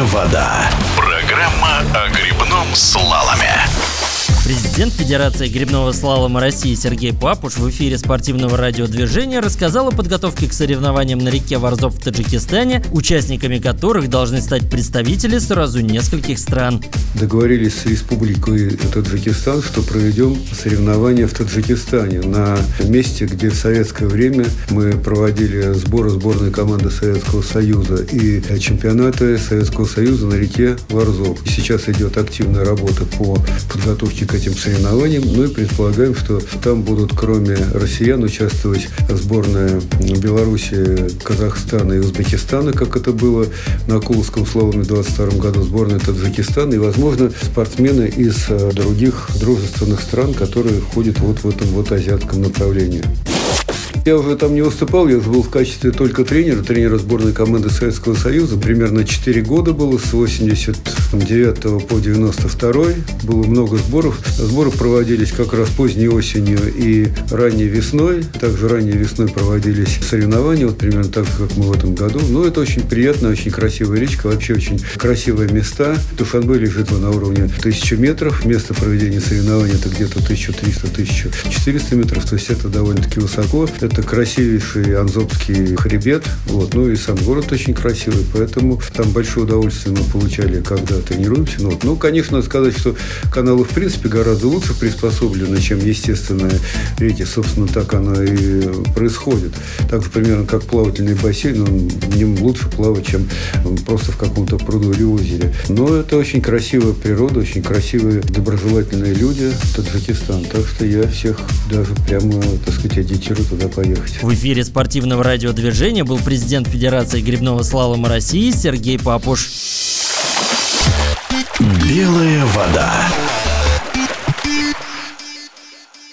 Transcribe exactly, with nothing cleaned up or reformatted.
вода». Программа о гребном слаломе. Президент Федерации гребного слалома России Сергей Папуш в эфире спортивного радиодвижения рассказал о подготовке к соревнованиям на реке Ворзов в Таджикистане, участниками которых должны стать представители сразу нескольких стран. Договорились с Республикой Таджикистан, что проведем соревнования в Таджикистане, на месте, где в советское время мы проводили сборы сборной команды Советского Союза и чемпионаты Советского Союза на реке Ворзов. Сейчас идет активная работа по подготовке к этим соревнованиям. Ну и предполагаем, что там будут, кроме россиян, участвовать сборная Беларуси, Казахстана и Узбекистана, как это было на Кулском слаломе в двадцать втором году, сборная Таджикистана и, возможно, спортсмены из других дружественных стран, которые входят вот в этом вот азиатском направлении. Я уже там не выступал, я уже был в качестве только тренера, тренера сборной команды Советского Союза. Примерно четыре года было, с восемьдесят девятого по девяносто второй. Было много сборов. Сборы проводились как раз поздней осенью и ранней весной. Также ранней весной проводились соревнования, вот примерно так же, как мы в этом году. Но это очень приятно, очень красивая речка, вообще очень красивые места. Душанбе лежит на уровне тысячи метров. Место проведения соревнований это где-то тысяча триста - тысяча четыреста метров. То есть это довольно-таки высоко. Это красивейший Анзопский хребет. Вот. Ну и сам город очень красивый, поэтому там большое удовольствие мы получали, когда тренируемся. Ну, вот. Ну, конечно, надо сказать, что каналы в принципе гораздо лучше приспособлены, чем естественные реки. Собственно, так оно и происходит. Так же примерно как плавательный бассейн, он в нем лучше плавать, чем просто в каком-то пруду или озере. Но это очень красивая природа, очень красивые, доброжелательные люди, Таджикистан. Так что я всех даже прямо, так сказать, агитирую туда поехать. В эфире спортивного радиодвижения был президент Федерации гребного слалома России Сергей Папуш. Белая вода.